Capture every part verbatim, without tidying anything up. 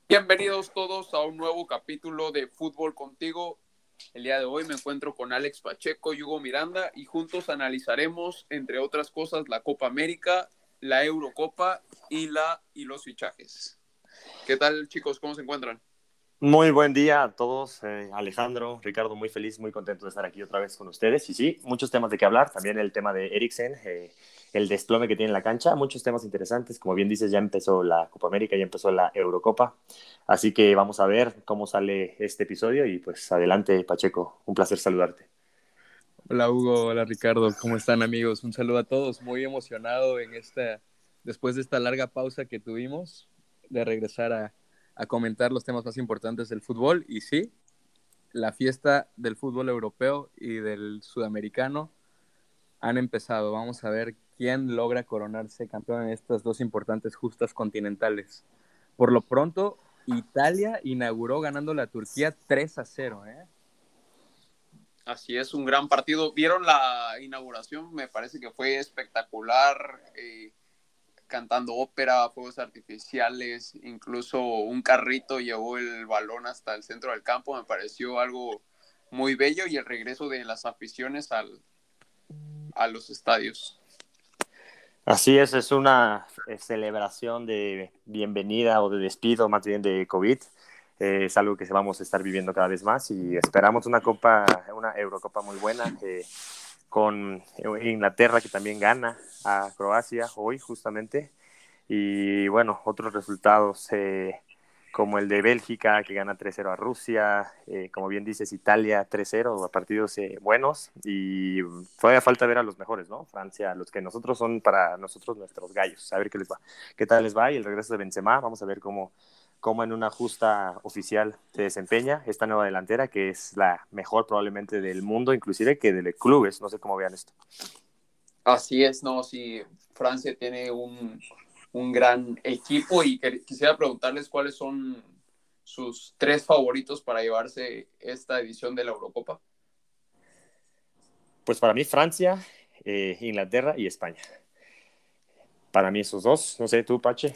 Bienvenidos todos a un nuevo capítulo de Fútbol Contigo. El día de hoy me encuentro con Alex Pacheco y Hugo Miranda y juntos analizaremos, entre otras cosas, la Copa América, la Eurocopa y, la, y los fichajes. ¿Qué tal, chicos? ¿Cómo se encuentran? Muy buen día a todos, eh, Alejandro, Ricardo, muy feliz, muy contento de estar aquí otra vez con ustedes. Y sí, muchos temas de qué hablar, también el tema de Eriksen, eh, el desplome que tiene en la cancha, muchos temas interesantes. Como bien dices, ya empezó la Copa América, ya empezó la Eurocopa, así que vamos a ver cómo sale este episodio y pues adelante, Pacheco, un placer saludarte. Hola Hugo, hola Ricardo, ¿cómo están amigos? Un saludo a todos, muy emocionado en esta, después de esta larga pausa que tuvimos, de regresar a, a comentar los temas más importantes del fútbol. Y sí, la fiesta del fútbol europeo y del sudamericano han empezado. Vamos a ver quién logra coronarse campeón en estas dos importantes justas continentales. Por lo pronto, Italia inauguró ganando a Turquía tres a cero, ¿eh? Así es, un gran partido. ¿Vieron la inauguración? Me parece que fue espectacular, eh, cantando ópera, fuegos artificiales, incluso un carrito llevó el balón hasta el centro del campo. Me pareció algo muy bello y el regreso de las aficiones al, a los estadios. Así es, es una celebración de bienvenida o de despido, más bien de COVID. Eh, es algo que vamos a estar viviendo cada vez más y esperamos una copa, una Eurocopa muy buena, eh, con Inglaterra que también gana a Croacia hoy justamente. Y bueno, otros resultados eh, como el de Bélgica que gana tres cero a Rusia, eh, como bien dices, Italia tres cero, a partidos eh, buenos, y todavía falta ver a los mejores, ¿no? Francia, los que nosotros son para nosotros nuestros gallos, a ver qué les va, qué tal les va, y el regreso de Benzema, vamos a ver cómo, cómo en una justa oficial se desempeña esta nueva delantera, que es la mejor probablemente del mundo, inclusive que de clubes, no sé cómo vean esto. Así es, no, sí, Francia tiene un, un gran equipo y que, quisiera preguntarles cuáles son sus tres favoritos para llevarse esta edición de la Eurocopa. Pues para mí Francia, eh, Inglaterra y España. Para mí esos dos, no sé, tú, Pache.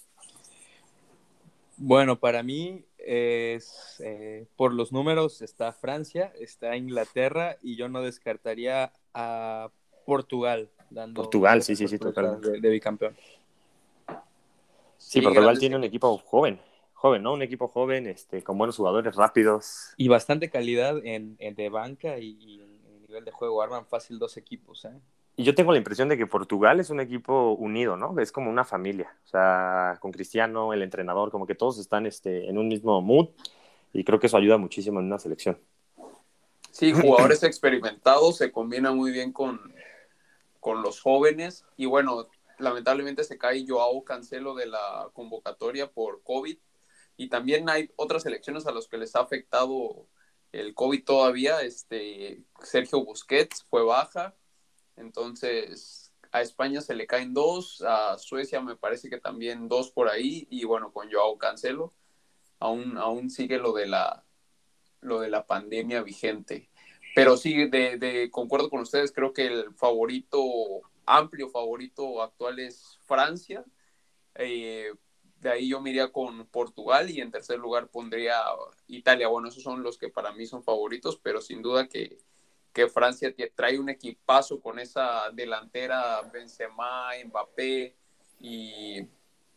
Bueno, para mí es, eh, por los números está Francia, está Inglaterra y yo no descartaría a Portugal, dando, Portugal, dando sí, la sí, sí, sorpresa totalmente. de, de bicampeón. Sí, Sí, Portugal grandes tiene un equipos. equipo joven, joven, ¿no? Un equipo joven, este, con buenos jugadores rápidos. Y bastante calidad en, en de banca y, y en, en nivel de juego. Arman fácil dos equipos, ¿eh? Y yo tengo la impresión de que Portugal es un equipo unido, ¿no? Es como una familia. O sea, con Cristiano, el entrenador, como que todos están este, en un mismo mood. Y creo que eso ayuda muchísimo en una selección. Sí, jugadores experimentados se combinan muy bien con, con los jóvenes. Y bueno, lamentablemente se cae Joao Cancelo de la convocatoria por COVID. Y también hay otras selecciones a las que les ha afectado el COVID todavía. Este, Sergio Busquets fue baja. Entonces, a España se le caen dos, a Suecia me parece que también dos por ahí, y bueno, con Joao Cancelo, aún, aún sigue lo de la, lo de la pandemia vigente. Pero sí, de, de, concuerdo con ustedes, creo que el favorito, amplio favorito actual es Francia. Eh, de ahí yo me iría con Portugal y en tercer lugar pondría Italia. Bueno, esos son los que para mí son favoritos, pero sin duda que que Francia trae un equipazo con esa delantera Benzema, Mbappé y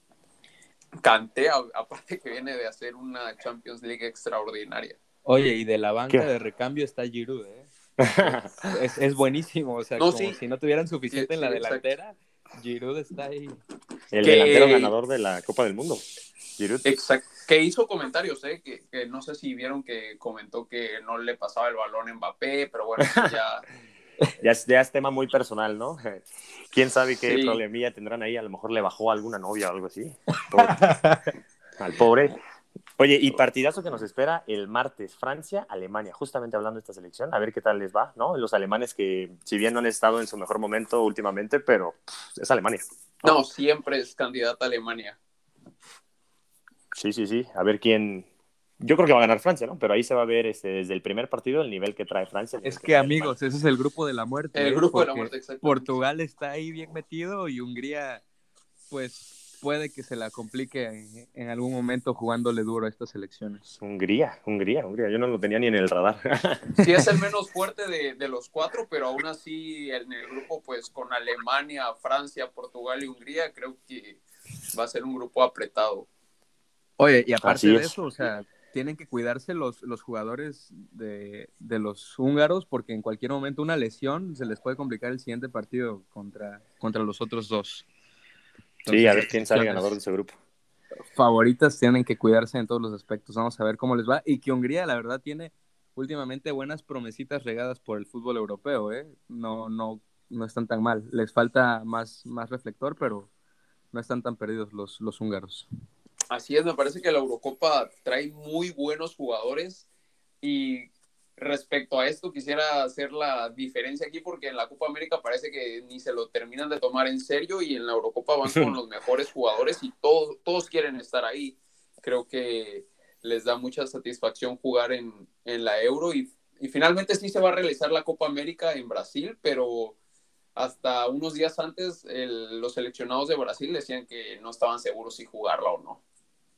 Kanté, aparte que viene de hacer una Champions League extraordinaria. Oye, y de la banca ¿Qué? de recambio está Giroud, ¿eh? Es, es, es buenísimo, o sea, No, como sí, si no tuvieran sí, suficiente en sí, la exacto. delantera, Giroud está ahí. El delantero Que, ganador de la Copa del Mundo, Giroud. exacto, que hizo comentarios, ¿eh? que, que no sé si vieron que comentó que no le pasaba el balón a Mbappé, pero bueno, eso ya... Ya es, ya es tema muy personal, ¿no? Quién sabe qué Sí, problemilla tendrán ahí. A lo mejor le bajó a alguna novia o algo así. Por, al pobre. Oye, y partidazo que nos espera el martes, Francia-Alemania, justamente hablando de esta selección, a ver qué tal les va, ¿no? Los alemanes que, si bien no han estado en su mejor momento últimamente, pero pff, es Alemania, ¿no? no, siempre es candidata a Alemania. Sí, sí, sí, a ver quién... Yo creo que va a ganar Francia, ¿no? Pero ahí se va a ver este, desde el primer partido el nivel que trae Francia, el Es nivel que que trae Alemania. amigos, ese es el grupo de la muerte, El ¿eh? grupo de la Porque muerte, exactamente. Portugal está ahí bien metido y Hungría, pues puede que se la complique en, en algún momento jugándole duro a estas selecciones. Hungría, Hungría, Hungría. Yo no lo tenía ni en el radar. Sí es el menos fuerte de, de los cuatro, pero aún así en el grupo, pues con Alemania, Francia, Portugal y Hungría, creo que va a ser un grupo apretado. Oye, y aparte Así de es. eso, o sea, tienen que cuidarse los, los jugadores de, de los húngaros porque en cualquier momento una lesión se les puede complicar el siguiente partido contra, contra los otros dos. Sí, Entonces, a las ver quién sale ganador de selecciones ese grupo. favoritas tienen que cuidarse en todos los aspectos. Vamos a ver cómo les va. Y que Hungría, la verdad, tiene últimamente buenas promesitas regadas por el fútbol europeo, ¿eh? No, no, no están tan mal. Les falta más, más reflector, pero no están tan perdidos los, los húngaros. Así es, me parece que la Eurocopa trae muy buenos jugadores y respecto a esto quisiera hacer la diferencia aquí porque en la Copa América parece que ni se lo terminan de tomar en serio y en la Eurocopa van con los mejores jugadores y todos, todos quieren estar ahí. Creo que les da mucha satisfacción jugar en, en la Euro y, y finalmente sí se va a realizar la Copa América en Brasil, pero hasta unos días antes el, los seleccionados de Brasil decían que no estaban seguros si jugarla o no.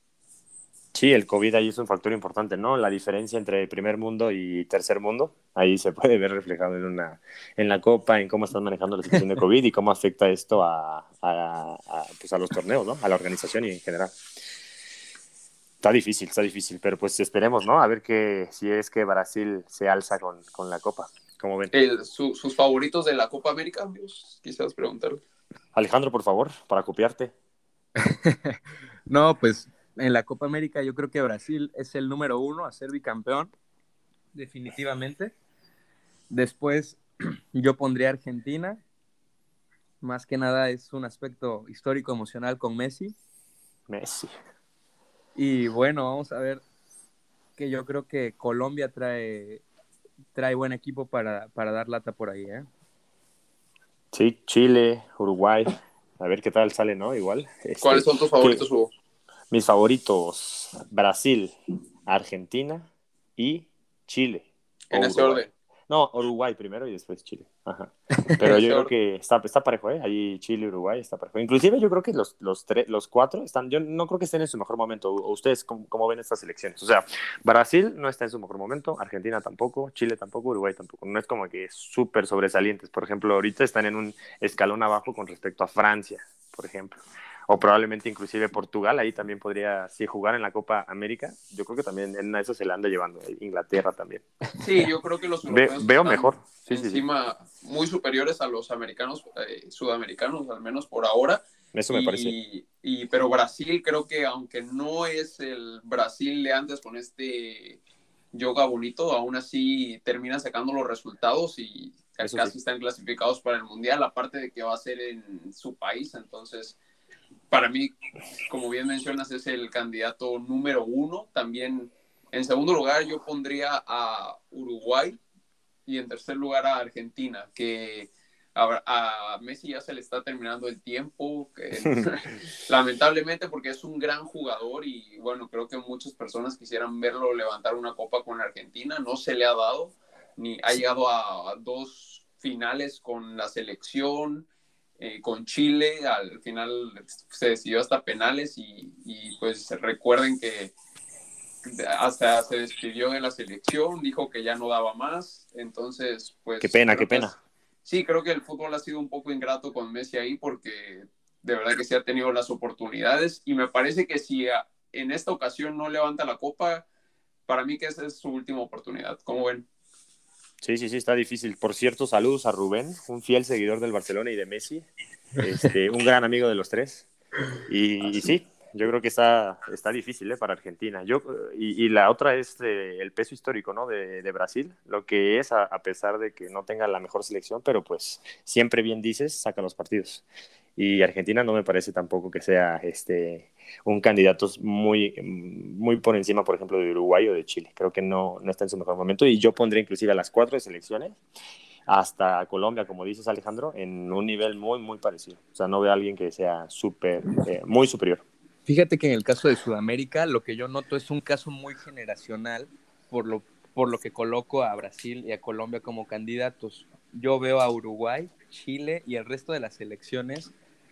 Sí, el COVID ahí es un factor importante, ¿no? La diferencia entre primer mundo y tercer mundo, ahí se puede ver reflejado en una en la Copa, en cómo están manejando la situación de COVID y cómo afecta esto a, a, a, pues a los torneos, ¿no? A la organización y en general. Está difícil, está difícil, pero pues esperemos, ¿no? A ver que si es que Brasil se alza con, con la Copa, como ven. El, su, sus favoritos de la Copa América, amigos, quisieras preguntar. Alejandro, por favor, para copiarte. No, pues en la Copa América yo creo que Brasil es el número uno a ser bicampeón, definitivamente. Después yo pondría Argentina. Más que nada es un aspecto histórico emocional con Messi. Messi. Y bueno, vamos a ver que yo creo que Colombia trae, trae buen equipo para, para dar lata por ahí, ¿eh? Sí, Chile, Uruguay. A ver qué tal sale, ¿no? Igual. ¿Cuáles Este, son tus que favoritos, Hugo? mis favoritos, Brasil, Argentina y Chile o En ese Uruguay. orden. No, Uruguay primero y después Chile. Ajá. En Pero yo ese creo orden. que está, está parejo, ¿eh? Ahí Chile, Uruguay está parejo. Inclusive yo creo que los, los, tres, los cuatro están, yo no creo que estén en su mejor momento. ¿O ustedes cómo, cómo ven estas elecciones? O sea, Brasil no está en su mejor momento, Argentina tampoco, Chile tampoco, Uruguay tampoco. No es como que súper sobresalientes. Por ejemplo, ahorita están en un escalón abajo con respecto a Francia, por ejemplo. O probablemente inclusive Portugal, ahí también podría, sí, jugar en la Copa América. Yo creo que también en eso se la anda llevando, Inglaterra también. Sí, yo creo que los Ve, europeos veo están mejor, sí, sí, sí. encima muy superiores a los americanos, eh, sudamericanos, al menos por ahora. Eso me parece. Y, y, pero Brasil creo que aunque no es el Brasil de antes con este yoga bonito, aún así termina sacando los resultados y Eso casi sí. están clasificados para el Mundial, aparte de que va a ser en su país. Entonces, para mí, como bien mencionas, es el candidato número uno. También, en segundo lugar, yo pondría a Uruguay y en tercer lugar a Argentina, que a, a Messi ya se le está terminando el tiempo, que, lamentablemente porque es un gran jugador y bueno, creo que muchas personas quisieran verlo levantar una copa con Argentina, no se le ha dado, ni ha llegado a, a dos finales con la selección, eh, con Chile, al final se decidió hasta penales y, y pues recuerden que hasta se despidió de la selección, dijo que ya no daba más, entonces pues Qué pena, creo qué que pena. es, sí, creo que el fútbol ha sido un poco ingrato con Messi ahí porque de verdad que sí ha tenido las oportunidades y me parece que si a, en esta ocasión no levanta la copa, para mí que esa es su última oportunidad, ¿cómo ven? Sí, sí, sí, está difícil. Por cierto, saludos a Rubén, un fiel seguidor del Barcelona y de Messi, este, un gran amigo de los tres. Y, y sí, yo creo que está, está difícil, ¿eh? Para Argentina. Yo, y, y la otra es eh, el peso histórico, ¿no? de, de Brasil, lo que es a, a pesar de que no tenga la mejor selección, pero pues siempre bien dices, saca los partidos. Y Argentina no me parece tampoco que sea este, un candidato muy, muy por encima, por ejemplo, de Uruguay o de Chile. Creo que no, no está en su mejor momento. Y yo pondría inclusive a las cuatro selecciones hasta Colombia, como dices Alejandro, en un nivel muy, muy parecido. O sea, no veo a alguien que sea súper, eh, muy superior. Fíjate que en el caso de Sudamérica, lo que yo noto es un caso muy generacional, por lo, por lo que coloco a Brasil y a Colombia como candidatos. Yo veo a Uruguay, Chile y el resto de las selecciones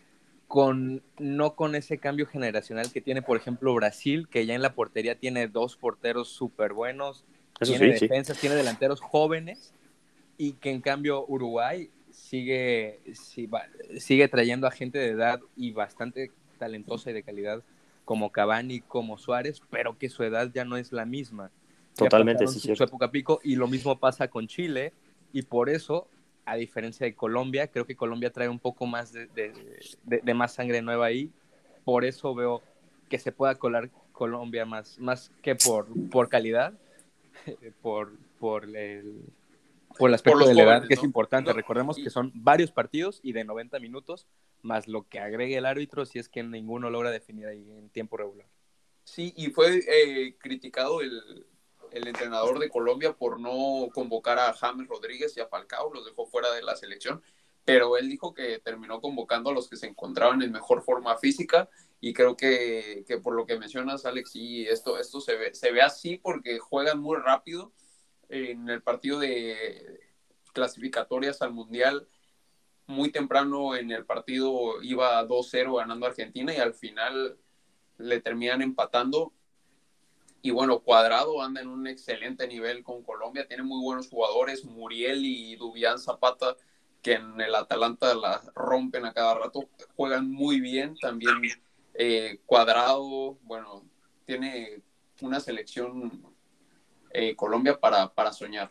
con, no con ese cambio generacional que tiene, por ejemplo, Brasil, que ya en la portería tiene dos porteros súper buenos, Eso tiene sí, sí. defensas, tiene delanteros jóvenes, y que en cambio Uruguay sigue, sigue trayendo a gente de edad y bastante talentosa y de calidad como Cavani, como Suárez, pero que su edad ya no es la misma. Ya Totalmente, pasaron sí, su, su cierto. época pico, y lo mismo pasa con Chile, y por eso, a diferencia de Colombia, creo que Colombia trae un poco más de, de, de, de más sangre nueva ahí. Por eso veo que se pueda colar Colombia más, más que por, por calidad, por, por el, por el Por aspecto los de la edad, jóvenes, que es ¿no? importante. No, Recordemos que y, son varios partidos y de noventa minutos, más lo que agregue el árbitro si es que ninguno logra definir ahí en tiempo regular. sí, y fue eh, criticado el, el entrenador de Colombia por no convocar a James Rodríguez y a Falcao, los dejó fuera de la selección, pero él dijo que terminó convocando a los que se encontraban en mejor forma física, y creo que, que por lo que mencionas, Alex, sí, esto, esto se, ve, se ve así porque juegan muy rápido. En el partido de clasificatorias al Mundial, muy temprano en el partido iba dos cero ganando Argentina, y al final le terminan empatando. Y bueno, Cuadrado anda en un excelente nivel con Colombia, tiene muy buenos jugadores, Muriel y Dubián Zapata, que en el Atalanta la rompen a cada rato, juegan muy bien. También eh, Cuadrado, bueno, tiene una selección eh, Colombia para, para soñar.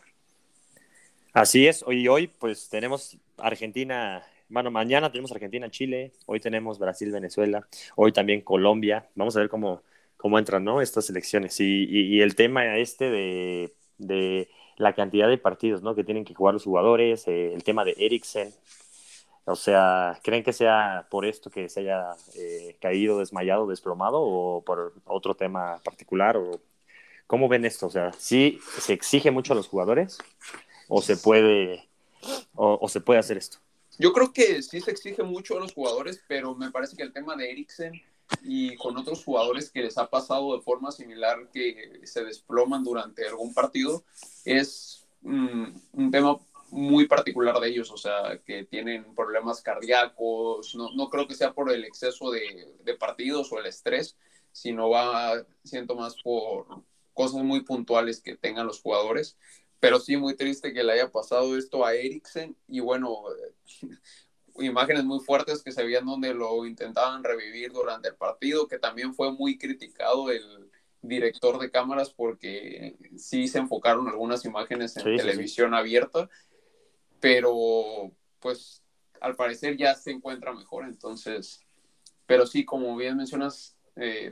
Así es, hoy hoy pues tenemos Argentina, bueno, mañana tenemos Argentina, Chile, hoy tenemos Brasil, Venezuela, hoy también Colombia. Vamos a ver cómo, cómo entran, ¿no?, estas elecciones. Y, y, y el tema este de, de la cantidad de partidos, ¿no?, que tienen que jugar los jugadores, eh, el tema de Eriksen. O sea, ¿creen que sea por esto que se haya eh, caído, desmayado, desplomado, o por otro tema particular? O ¿cómo ven esto? O sea, ¿sí se exige mucho a los jugadores o se puede, o, o se puede hacer esto? Yo creo que sí se exige mucho a los jugadores, pero me parece que el tema de Eriksen y con otros jugadores que les ha pasado de forma similar, que se desploman durante algún partido, es um, un tema muy particular de ellos, o sea, que tienen problemas cardíacos. No, no creo que sea por el exceso de, de partidos o el estrés, sino va, siento más por cosas muy puntuales que tengan los jugadores. Pero sí, muy triste que le haya pasado esto a Eriksen. Y bueno, imágenes muy fuertes que se veían donde lo intentaban revivir durante el partido, que también fue muy criticado el director de cámaras porque sí se enfocaron algunas imágenes en Sí, sí, sí. televisión abierta, pero pues al parecer ya se encuentra mejor. Entonces, pero sí, como bien mencionas, eh,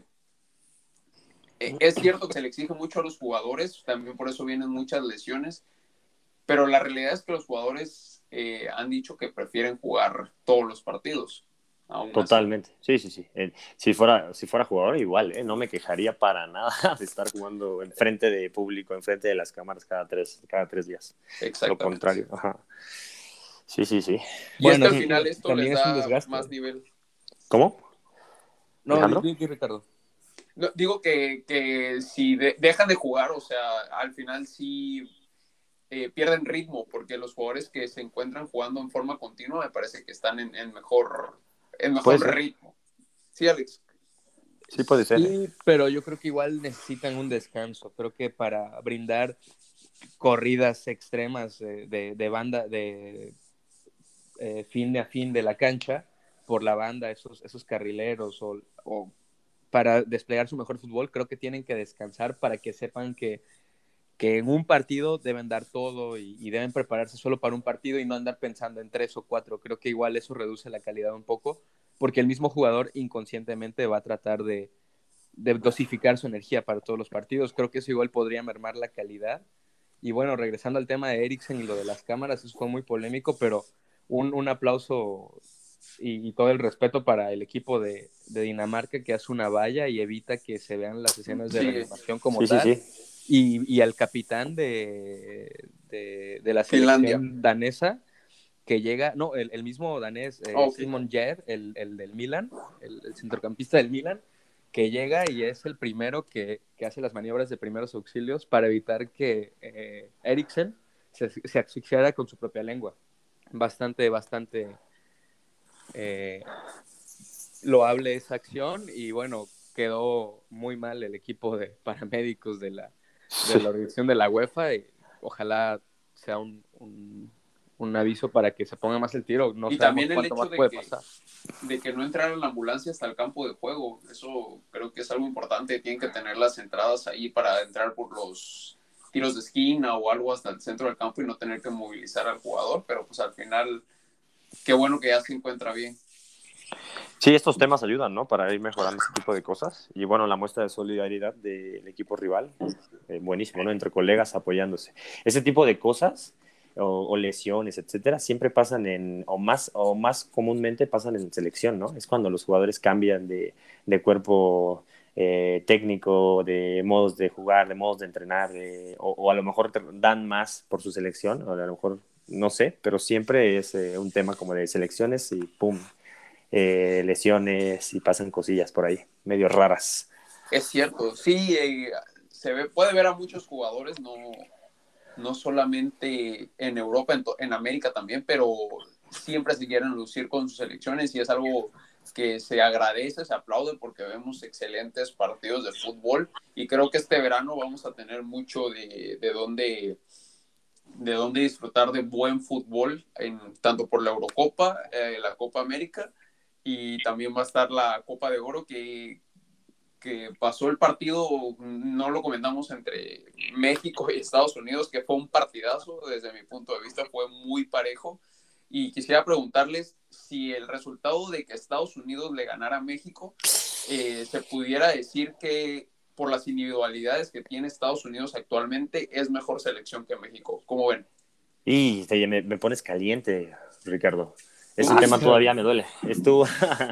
es cierto que se le exige mucho a los jugadores, también por eso vienen muchas lesiones, pero la realidad es que los jugadores eh, han dicho que prefieren jugar todos los partidos, aún así. Totalmente, sí, sí, sí. Eh, si fuera, si fuera jugador, igual, ¿eh? No me quejaría para nada de estar jugando en frente de público, en frente de las cámaras cada tres, cada tres días. Lo Exactamente. contrario, ajá. Sí, sí, sí. Y es que Bueno, al es final que esto les también es un da desgaste. más nivel. ¿Cómo, No, di, Alejandro? di, di, Ricardo. No, digo que, que si de, dejan de jugar, o sea, al final sí eh, pierden ritmo, porque los jugadores que se encuentran jugando en forma continua me parece que están en, en mejor, en Puede mejor ser, ritmo. Sí, Alex. sí puede ser, ¿eh? Sí, pero yo creo que igual necesitan un descanso. Creo que para brindar corridas extremas de, de, de banda, de eh, fin de a fin de la cancha, por la banda, esos, esos carrileros, o, o para desplegar su mejor fútbol, creo que tienen que descansar para que sepan que, que en un partido deben dar todo, y, y deben prepararse solo para un partido y no andar pensando en tres o cuatro. Creo que igual eso reduce la calidad un poco, porque el mismo jugador inconscientemente va a tratar de, de dosificar su energía para todos los partidos. Creo que eso igual podría mermar la calidad. Y bueno, regresando al tema de Eriksen y lo de las cámaras, eso fue muy polémico, pero un, un aplauso y, y, todo el respeto para el equipo de, de, Dinamarca, que hace una valla y evita que se vean las escenas de Sí, reanimación como Sí, sí, tal. sí. Y, y al capitán de, de, de la Finlandia. selección danesa, que llega, no, el, el mismo danés, eh, Okay. Simon Kjær, el, el del Milan, el, el centrocampista del Milan, que llega y es el primero que, que hace las maniobras de primeros auxilios para evitar que eh, Eriksen se, se asfixiara con su propia lengua. Bastante, bastante eh, loable esa acción y bueno, quedó muy mal el equipo de paramédicos de la, de la organización de la UEFA y ojalá sea un, un, un aviso para que se ponga más el tiro. No Y sabemos también el cuánto hecho más de puede que, pasar. de que no entrara la ambulancia hasta el campo de juego, eso creo que es algo importante. Tienen que tener las entradas ahí para entrar por los tiros de esquina o algo hasta el centro del campo y no tener que movilizar al jugador, pero pues al final, qué bueno que ya se encuentra bien. Sí, estos temas ayudan, ¿no? Para ir mejorando ese tipo de cosas. Y bueno, la muestra de solidaridad del equipo rival, eh, buenísimo, ¿no? Entre colegas apoyándose. Ese tipo de cosas o, o lesiones, etcétera, siempre pasan en, o más, o más comúnmente pasan en selección, ¿no? Es cuando los jugadores cambian de, de cuerpo eh, técnico, de modos de jugar, de modos de entrenar, de, o, o a lo mejor dan más por su selección, o a lo mejor no sé, pero siempre es eh, un tema como de selecciones y pum, eh, lesiones y pasan cosillas por ahí, medio raras. Es cierto, sí, eh, se ve, puede ver a muchos jugadores, no, no solamente en Europa, en, to, en América también, pero siempre se quieren lucir con sus selecciones y es algo que se agradece, se aplaude porque vemos excelentes partidos de fútbol y creo que este verano vamos a tener mucho de, de dónde de dónde disfrutar de buen fútbol, en, tanto por la Eurocopa, eh, la Copa América y también va a estar la Copa de Oro que que pasó el partido, no lo comentamos, entre México y Estados Unidos, que fue un partidazo, desde mi punto de vista fue muy parejo, y quisiera preguntarles si el resultado de que Estados Unidos le ganara a México, eh, se pudiera decir que por las individualidades que tiene Estados Unidos actualmente, es mejor selección que México. ¿Cómo ven? Y te, me, me pones caliente, Ricardo. Ese Ah, tema sí. todavía me duele. Estuvo,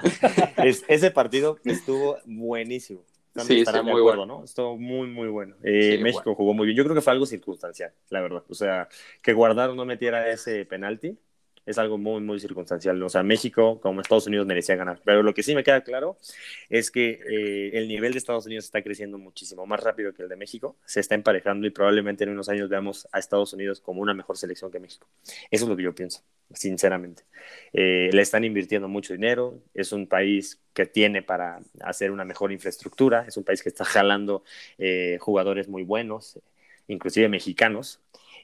es, ese partido estuvo buenísimo. Sí, sí, Estarán de muy acuerdo, bueno. ¿no? Estuvo muy, muy bueno. Eh, Sí, México bueno. jugó muy bien. Yo creo que fue algo circunstancial, la verdad. O sea, que Guardado no metiera ese penalti es algo muy, muy circunstancial. O sea, México, como Estados Unidos, merecía ganar. Pero lo que sí me queda claro es que eh, el nivel de Estados Unidos está creciendo muchísimo más rápido que el de México. Se está emparejando y probablemente en unos años veamos a Estados Unidos como una mejor selección que México. Eso es lo que yo pienso, sinceramente. Eh, le están invirtiendo mucho dinero. Es un país que tiene para hacer una mejor infraestructura. Es un país que está jalando eh, jugadores muy buenos, inclusive mexicanos.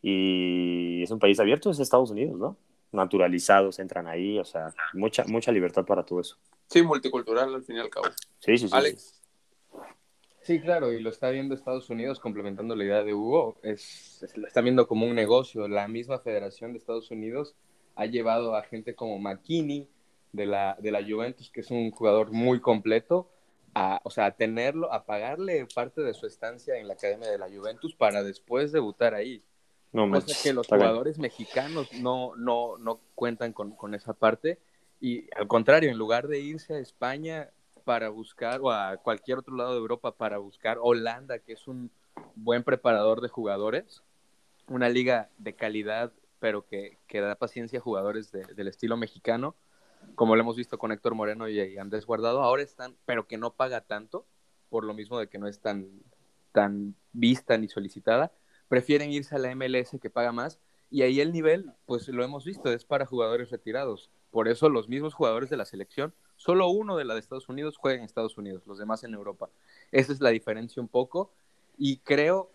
Y es un país abierto, es Estados Unidos, ¿no? Naturalizados entran ahí, o sea, mucha, mucha libertad para todo eso. Sí, multicultural al fin y al cabo. Sí, sí, sí, sí. Alex. Sí, claro, y lo está viendo Estados Unidos, complementando la idea de Hugo, es, es- lo está viendo como un negocio. La misma Federación de Estados Unidos ha llevado a gente como McKinney de la, de la Juventus, que es un jugador muy completo, a, o sea, a tenerlo, a pagarle parte de su estancia en la academia de la Juventus para después debutar ahí. No Cosa que manches, los está bien. jugadores mexicanos no, no, no cuentan con, con esa parte. Y al contrario, en lugar de irse a España para buscar, o a cualquier otro lado de Europa para buscar Holanda, que es un buen preparador de jugadores, una liga de calidad, pero que, que da paciencia a jugadores de, del estilo mexicano, como lo hemos visto con Héctor Moreno y, y Andrés Guardado, ahora están, pero que no paga tanto, por lo mismo de que no es tan, tan vista ni solicitada, prefieren irse a la M L S que paga más, y ahí el nivel, pues lo hemos visto, es para jugadores retirados. Por eso los mismos jugadores de la selección, solo uno de la de Estados Unidos juega en Estados Unidos, los demás en Europa. Esa es la diferencia un poco, y creo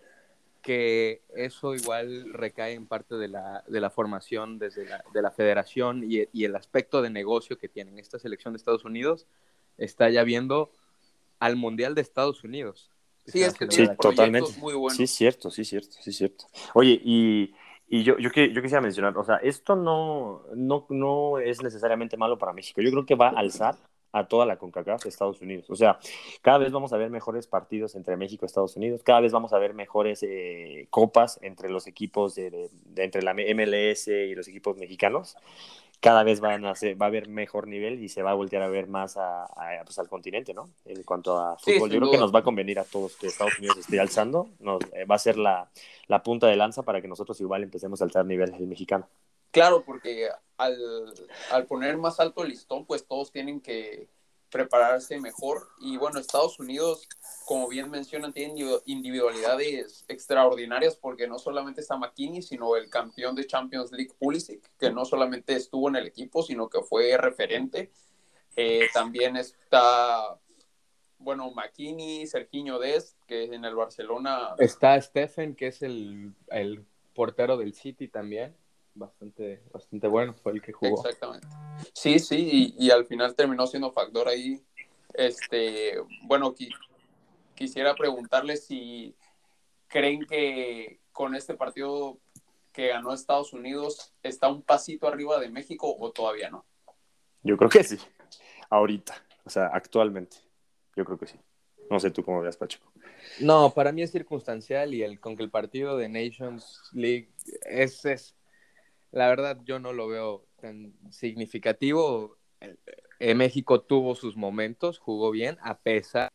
que eso igual recae en parte de la, de la formación desde la, de la federación y, y el aspecto de negocio que tienen. Esta selección de Estados Unidos está ya viendo al Mundial de Estados Unidos, que Sí, se va es a que Sí, celebrar tienen aquí. proyectos totalmente. muy Sí, buenos. cierto, sí, cierto, sí, cierto. Oye, y, y yo, yo, que, yo quisiera mencionar, o sea, esto no, no, no es necesariamente malo para México. Yo creo que va a alzar a toda la CONCACAF Estados Unidos. O sea, cada vez vamos a ver mejores partidos entre México y Estados Unidos, cada vez vamos a ver mejores eh, copas entre los equipos de, de, de entre la M L S y los equipos mexicanos. Cada vez van a ser, va a haber mejor nivel y se va a voltear a ver más a, a, pues, al continente, ¿no? En cuanto a Sí, fútbol, yo sin creo que duda. nos va a convenir a todos que Estados Unidos esté alzando, nos, eh, va a ser la, la punta de lanza para que nosotros igual empecemos a alzar nivel el mexicano. Claro, porque al, al poner más alto el listón, pues todos tienen que prepararse mejor. Y bueno, Estados Unidos, como bien mencionan, tiene individualidades extraordinarias porque no solamente está McKinney, sino el campeón de Champions League Pulisic, que no solamente estuvo en el equipo, sino que fue referente. Eh, también está, bueno, McKinney, Serginho Dest, que en el Barcelona. Está Stephen, que es el, el portero del City también. Bastante, bastante bueno, fue el que jugó. Exactamente. Sí, sí, y, y al final terminó siendo factor ahí. Este, bueno, qui- quisiera preguntarle si creen que con este partido que ganó Estados Unidos está un pasito arriba de México o todavía no. Yo creo que sí, ahorita, o sea, actualmente, yo creo que sí. No sé tú cómo veas, Pacheco. No, para mí es circunstancial y el, con que el partido de Nations League es, es la verdad yo no lo veo tan significativo. Eh, México tuvo sus momentos, jugó bien, a pesar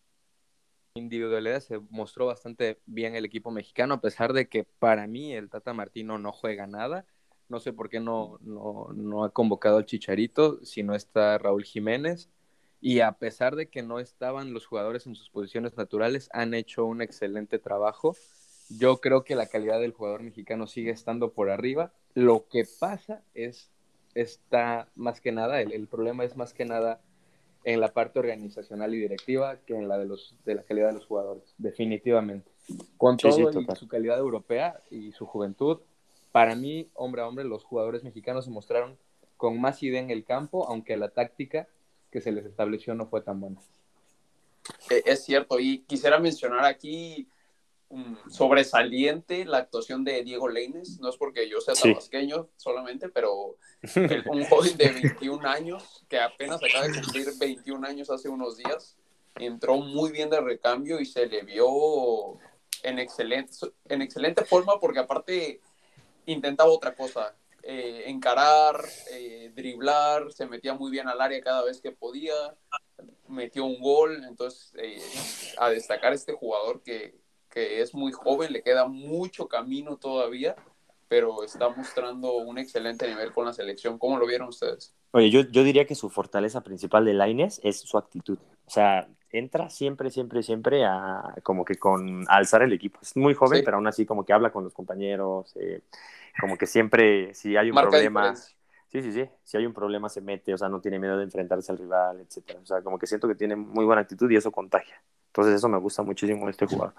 de individualidad se mostró bastante bien el equipo mexicano, a pesar de que para mí el Tata Martino no juega nada. No sé por qué no, no, no ha convocado al Chicharito si no está Raúl Jiménez. Y a pesar de que no estaban los jugadores en sus posiciones naturales, han hecho un excelente trabajo. Yo creo que la calidad del jugador mexicano sigue estando por arriba. Lo que pasa es, está más que nada, el, el problema es más que nada en la parte organizacional y directiva que en la de, los, de la calidad de los jugadores, definitivamente. Con Sí, sí, todo y total. su calidad europea y su juventud, para mí, hombre a hombre, los jugadores mexicanos se mostraron con más idea en el campo, aunque la táctica que se les estableció no fue tan buena. Eh, es cierto, y quisiera mencionar aquí um, sobresaliente la actuación de Diego Lainez. No es porque yo sea Sí. tabasqueño solamente, pero el, un joven de veintiún años que apenas acaba de cumplir veintiún años hace unos días, entró muy bien de recambio y se le vio en excelente, en excelente forma porque aparte intentaba otra cosa, eh, encarar, eh, driblar, se metía muy bien al área cada vez que podía, metió un gol, entonces eh, a destacar este jugador que, que es muy joven, le queda mucho camino todavía, pero está mostrando un excelente nivel con la selección. ¿Cómo lo vieron ustedes? Oye, yo, yo diría que su fortaleza principal de Lainez es su actitud. O sea, entra siempre, siempre, siempre a como que con a alzar el equipo. Es muy joven, Sí, pero aún así como que habla con los compañeros, eh, como que siempre, si hay un marca problema, diferencia. sí, sí, sí, si hay un problema se mete, o sea, no tiene miedo de enfrentarse al rival, etcétera. O sea, como que siento que tiene muy buena actitud y eso contagia. Entonces eso me gusta muchísimo de este jugador.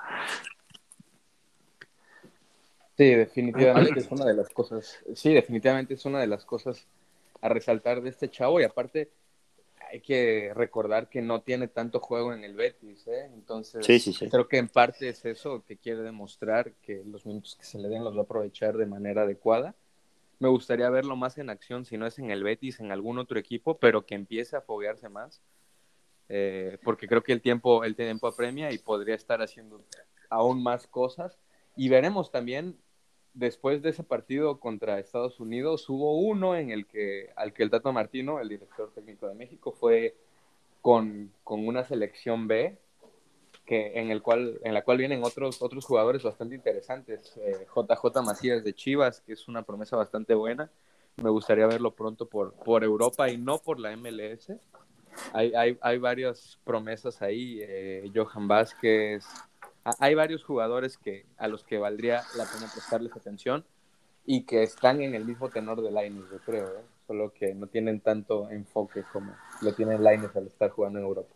Sí, definitivamente es una de las cosas, sí, definitivamente es una de las cosas a resaltar de este chavo y aparte hay que recordar que no tiene tanto juego en el Betis, ¿eh? Sí, sí, Entonces sí. creo que en parte es eso que quiere demostrar, que los minutos que se le den los va a aprovechar de manera adecuada. Me gustaría verlo más en acción, si no es en el Betis, en algún otro equipo, pero que empiece a foguearse más, eh, porque creo que el tiempo, el tiempo apremia y podría estar haciendo aún más cosas. Y veremos también, después de ese partido contra Estados Unidos, hubo uno en el que, al que el Tato Martino, el director técnico de México, fue con, con una selección B, que, en, el cual, en la cual vienen otros, otros jugadores bastante interesantes. Eh, J J Macías de Chivas, que es una promesa bastante buena. Me gustaría verlo pronto por, por Europa y no por la M L S. Hay, hay, hay varias promesas ahí, eh, Johan Vázquez. Hay varios jugadores que, a los que valdría la pena prestarles atención y que están en el mismo tenor de Lainez, yo creo, ¿eh? Solo que no tienen tanto enfoque como lo tiene Lainez al estar jugando en Europa.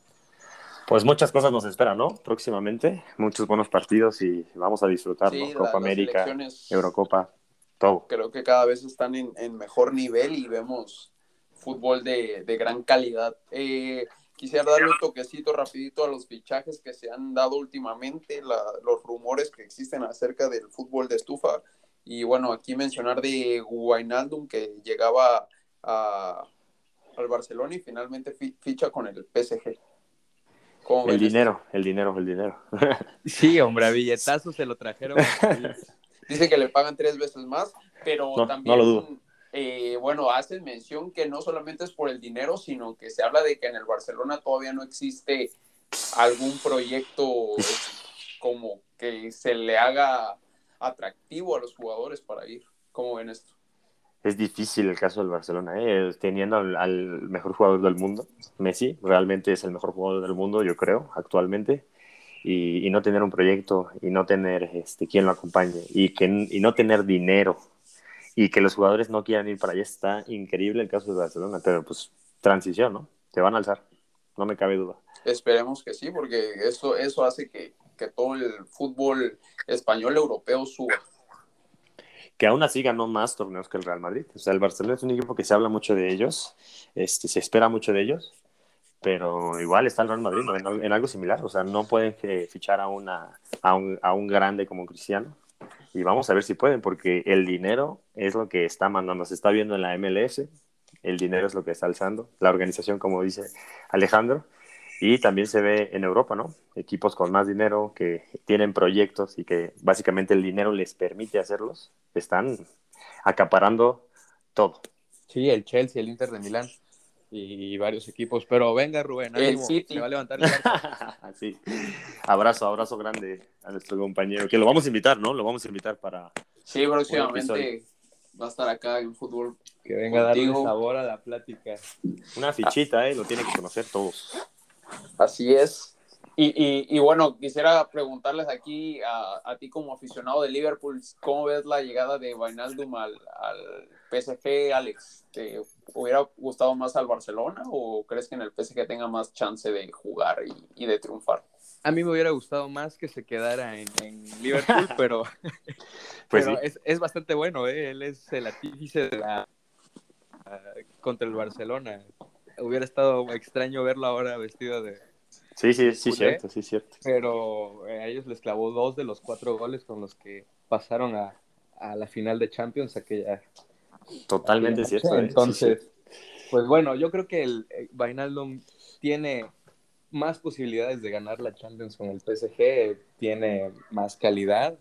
Pues muchas cosas nos esperan, ¿no? Próximamente, muchos buenos partidos y vamos a disfrutarlo. Sí, la, Copa las América, selecciones Eurocopa, todo. creo que cada vez están en, en mejor nivel y vemos fútbol de, de gran calidad. Eh, quisiera darle un toquecito rapidito a los fichajes que se han dado últimamente, la, los rumores que existen acerca del fútbol de estufa. Y bueno, aquí mencionar de Wijnaldum que llegaba a, al Barcelona y finalmente fi, ficha con el P S G. ¿Cómo El ven esto? dinero, el dinero, el dinero. Sí, hombre, a billetazos se lo trajeron al país. Dice que le pagan tres veces más, pero No, no lo dudo. también, eh, bueno, hacen mención que no solamente es por el dinero, sino que se habla de que en el Barcelona todavía no existe algún proyecto como que se le haga atractivo a los jugadores para ir. ¿Cómo ven esto? Es difícil el caso del Barcelona, ¿eh? Teniendo al, al mejor jugador del mundo, Messi, realmente es el mejor jugador del mundo, yo creo, actualmente, y, y no tener un proyecto, y no tener este, quien lo acompañe, y, que, y no tener dinero, y que los jugadores no quieran ir para allá, está increíble el caso de Barcelona, pero pues transición, ¿no? Se van a alzar, no me cabe duda. Esperemos que sí, porque eso, eso hace que, que todo el fútbol español europeo suba. Que aún así ganó más torneos que el Real Madrid. O sea, el Barcelona es un equipo que se habla mucho de ellos, este, se espera mucho de ellos, pero igual está el Real Madrid, ¿no? en, en algo similar. O sea, no pueden eh, fichar a, una, a, un, a un grande como Cristiano. Y vamos a ver si pueden, porque el dinero es lo que está mandando. Se está viendo en la M L S, el dinero es lo que está alzando. La organización, como dice Alejandro. Y también se ve en Europa, ¿no? Equipos con más dinero que tienen proyectos y que básicamente el dinero les permite hacerlos, están acaparando todo. Sí, el Chelsea, el Inter de Milán y varios equipos. Pero venga, Rubén, El ánimo, se City. va a levantar el Barça. Sí. Abrazo, abrazo grande a nuestro compañero, que lo vamos a invitar, ¿no? Lo vamos a invitar para Sí, un episodio. próximamente va a estar acá en fútbol Que venga a darle contigo. sabor a la plática. Una fichita, ¿eh? Lo tienen que conocer todos. Así es. Y, y, y bueno, quisiera preguntarles aquí a, a ti como aficionado de Liverpool, ¿cómo ves la llegada de Wijnaldum al, al P S G, Alex? ¿Te hubiera gustado más al Barcelona o crees que en el P S G tenga más chance de jugar y, y de triunfar? A mí me hubiera gustado más que se quedara en, en Liverpool, pero, Pues pero sí. es, es bastante bueno, ¿eh? Él es el artífice de la, contra el Barcelona. Hubiera estado extraño verlo ahora vestido de, Sí, sí, de sí, culé, cierto, sí, cierto. pero a ellos les clavó dos de los cuatro goles con los que pasaron a, a la final de Champions aquella, aquella Totalmente noche. cierto, ¿eh? Sí, cierto. Entonces, pues bueno, yo creo que el eh, Wijnaldum tiene más posibilidades de ganar la Champions con el P S G, tiene más calidad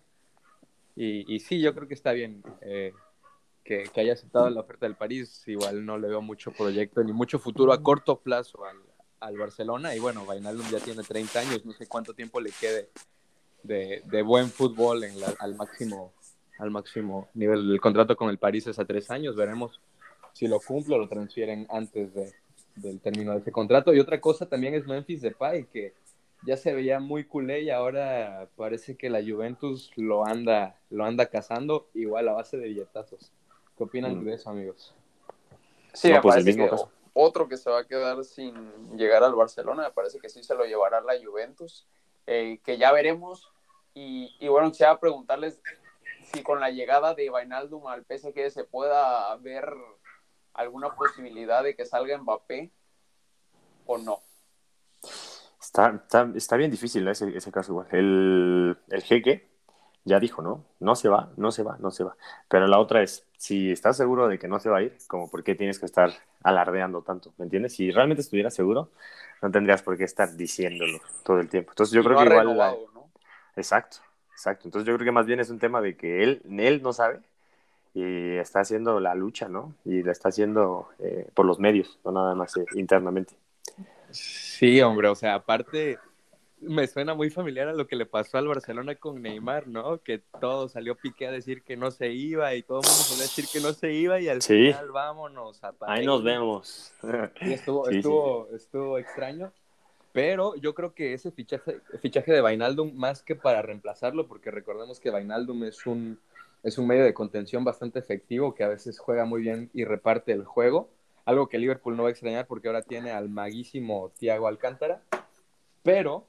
y, y sí, yo creo que está bien eh, que, que haya aceptado la oferta del París. Igual no le veo mucho proyecto ni mucho futuro a corto plazo al, al Barcelona y bueno, Wijnaldum ya tiene treinta años, no sé cuánto tiempo le quede de, de buen fútbol en la, al máximo al máximo nivel. El contrato con el París es a tres años, veremos si lo cumple o lo transfieren antes de, del término de ese contrato. Y otra cosa también es Memphis Depay, que ya se veía muy culé y ahora parece que la Juventus lo anda, lo anda cazando igual a base de billetazos. ¿Qué opinan Mm. de eso, amigos? Sí, No, me pues el parece mismo que caso. otro que se va a quedar sin llegar al Barcelona, me parece que sí se lo llevará la Juventus, eh, que ya veremos. Y, y bueno, quisiera preguntarles si con la llegada de Wijnaldum al P S G se pueda ver alguna posibilidad de que salga Mbappé o no. Está, está, está bien difícil, ¿no? ese, ese caso igual. El, el jeque ya dijo, ¿no? No se va, no se va, no se va. Pero la otra es, si estás seguro de que no se va a ir, como por qué tienes que estar alardeando tanto, ¿me entiendes? Si realmente estuvieras seguro, no tendrías por qué estar diciéndolo todo el tiempo. Entonces yo Y creo no que ha igual, la- renovado, ¿no? exacto, exacto. Entonces yo creo que más bien es un tema de que él, él no sabe y está haciendo la lucha, ¿no? Y la está haciendo eh, por los medios, no nada más eh, internamente. Sí, hombre, o sea, aparte me suena muy familiar a lo que le pasó al Barcelona con Neymar, ¿no? Que todo salió Piqué a decir que no se iba y todo el mundo salió a decir que no se iba y al Sí, final vámonos a ahí nos París. vemos. Y estuvo, Sí, sí. estuvo, estuvo extraño, pero yo creo que ese fichaje, fichaje de Wijnaldum, más que para reemplazarlo, porque recordemos que Wijnaldum es un, es un medio de contención bastante efectivo, que a veces juega muy bien y reparte el juego, algo que Liverpool no va a extrañar porque ahora tiene al maguísimo Thiago Alcántara, pero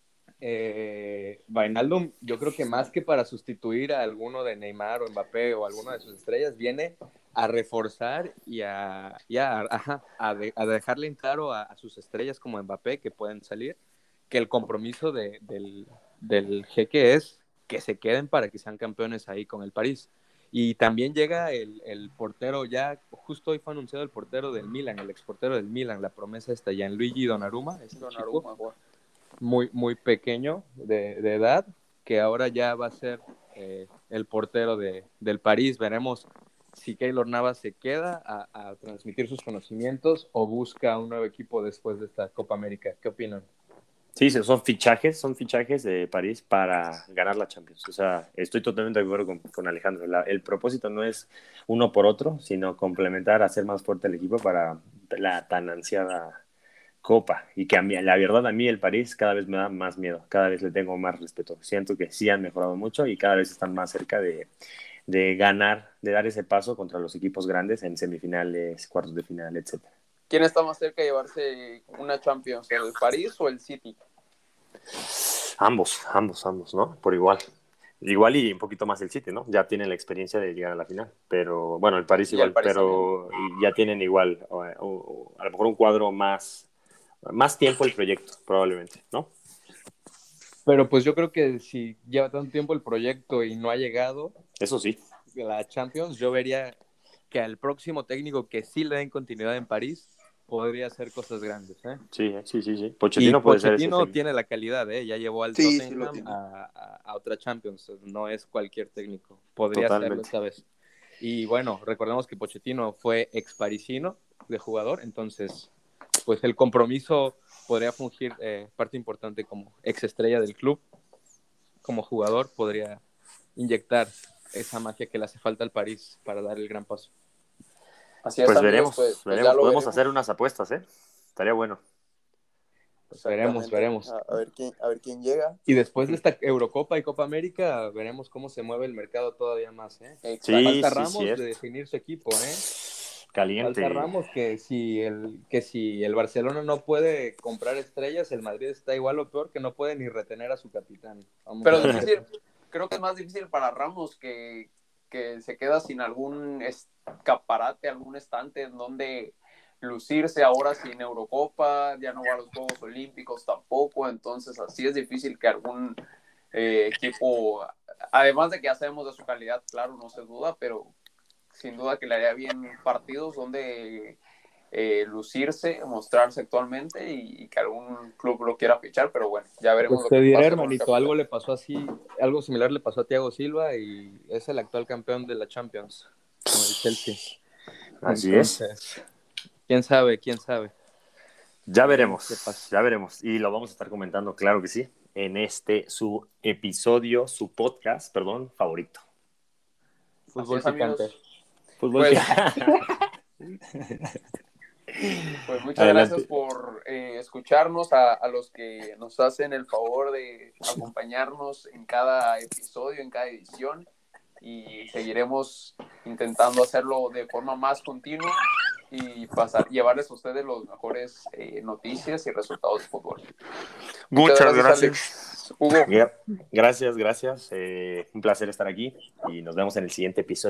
eh, Wijnaldum, yo creo que más que para sustituir a alguno de Neymar o Mbappé o alguno de sus estrellas, viene a reforzar y a, y a, ajá, a, de, a dejarle en claro a, a, sus estrellas como Mbappé que pueden salir, que el compromiso de, del, del jeque es que se queden para que sean campeones ahí con el París. Y también llega el, el portero, ya justo hoy fue anunciado el portero del Milan, el exportero del Milan, la promesa está Gianluigi Donnarumma, este Donnarumma, chico bueno. muy, muy pequeño de, de edad, que ahora ya va a ser eh, el portero de, del París. Veremos si Keylor Navas se queda a, a transmitir sus conocimientos o busca un nuevo equipo después de esta Copa América. ¿Qué opinan? Sí, son fichajes, son fichajes de París para ganar la Champions. O sea, estoy totalmente de acuerdo con, con Alejandro. La, el propósito no es uno por otro, sino complementar, hacer más fuerte el equipo para la tan ansiada Copa. Y que a mí, la verdad, a mí el París cada vez me da más miedo, cada vez le tengo más respeto. Siento que sí han mejorado mucho y cada vez están más cerca de, de ganar, de dar ese paso contra los equipos grandes en semifinales, cuartos de final, etcétera. ¿Quién está más cerca de llevarse una Champions, el París o el City? Ambos, ambos, ambos, ¿no? Por igual. Igual y un poquito más el City, ¿no? Ya tienen la experiencia de llegar a la final. Pero, bueno, el París Y el igual, París pero ya tienen igual, o, o, a lo mejor un cuadro más, más tiempo el proyecto, probablemente, ¿no? Pero pues yo creo que si lleva tanto tiempo el proyecto y no ha llegado Eso sí. la Champions, yo vería que al próximo técnico que sí le den continuidad en París podría hacer cosas grandes, ¿eh? Sí, sí, sí, sí. Y Pochettino puede ser ese Pochettino técnico. tiene la calidad, ¿eh? Ya llevó al Sí, sí lo Tottenham tiene. a, a, a otra Champions, no es cualquier técnico, podría hacerlo Totalmente. esta vez. Y bueno, recordemos que Pochettino fue ex parisino de jugador, entonces pues el compromiso podría fungir eh, parte importante como ex estrella del club, como jugador podría inyectar esa magia que le hace falta al París para dar el gran paso. Así es, Pues amigos, veremos, pues, pues ya veremos. lo Podemos veremos. hacer unas apuestas, ¿eh? Estaría bueno. Pues veremos, Exactamente. veremos. A, a ver quién, a ver quién llega. Y después de esta Eurocopa y Copa América, veremos cómo se mueve el mercado todavía más, ¿eh? Exacto. Sí, Falta sí, Ramos de cierto. definir su equipo, ¿eh? Caliente. Falta Ramos que si el que si el Barcelona no puede comprar estrellas, el Madrid está igual o peor que no puede ni retener a su capitán. Vamos Pero a ver. difícil, creo que es más difícil para Ramos que, que se queda sin algún escaparate, algún estante en donde lucirse ahora sin Eurocopa, ya no va a los Juegos Olímpicos tampoco, entonces así es difícil que algún eh, equipo, además de que ya sabemos de su calidad, claro, no se duda, pero sin duda que le haría bien partidos donde eh, lucirse, mostrarse actualmente y, y que algún club lo quiera fichar, pero bueno, ya veremos Pues lo te que diré, pasa con el hermanito, capitán. algo le pasó así, algo similar le pasó a Thiago Silva y es el actual campeón de la Champions con el Chelsea. Así es. Entonces, quién sabe, quién sabe. Ya Veremos qué veremos, pasa. ya veremos. Y lo vamos a estar comentando, claro que sí, en este su episodio, su podcast, perdón, favorito. Fútbol Así es, picante. amigos. Fútbol. Pues, pues muchas Adelante. gracias por eh, escucharnos, a, a los que nos hacen el favor de acompañarnos en cada episodio, en cada edición, y seguiremos intentando hacerlo de forma más continua y pasar, llevarles a ustedes los mejores eh, noticias y resultados de fútbol. Muchas, Muchas gracias, gracias. Alex. Hugo. Gracias, gracias. Eh, un placer estar aquí y nos vemos en el siguiente episodio.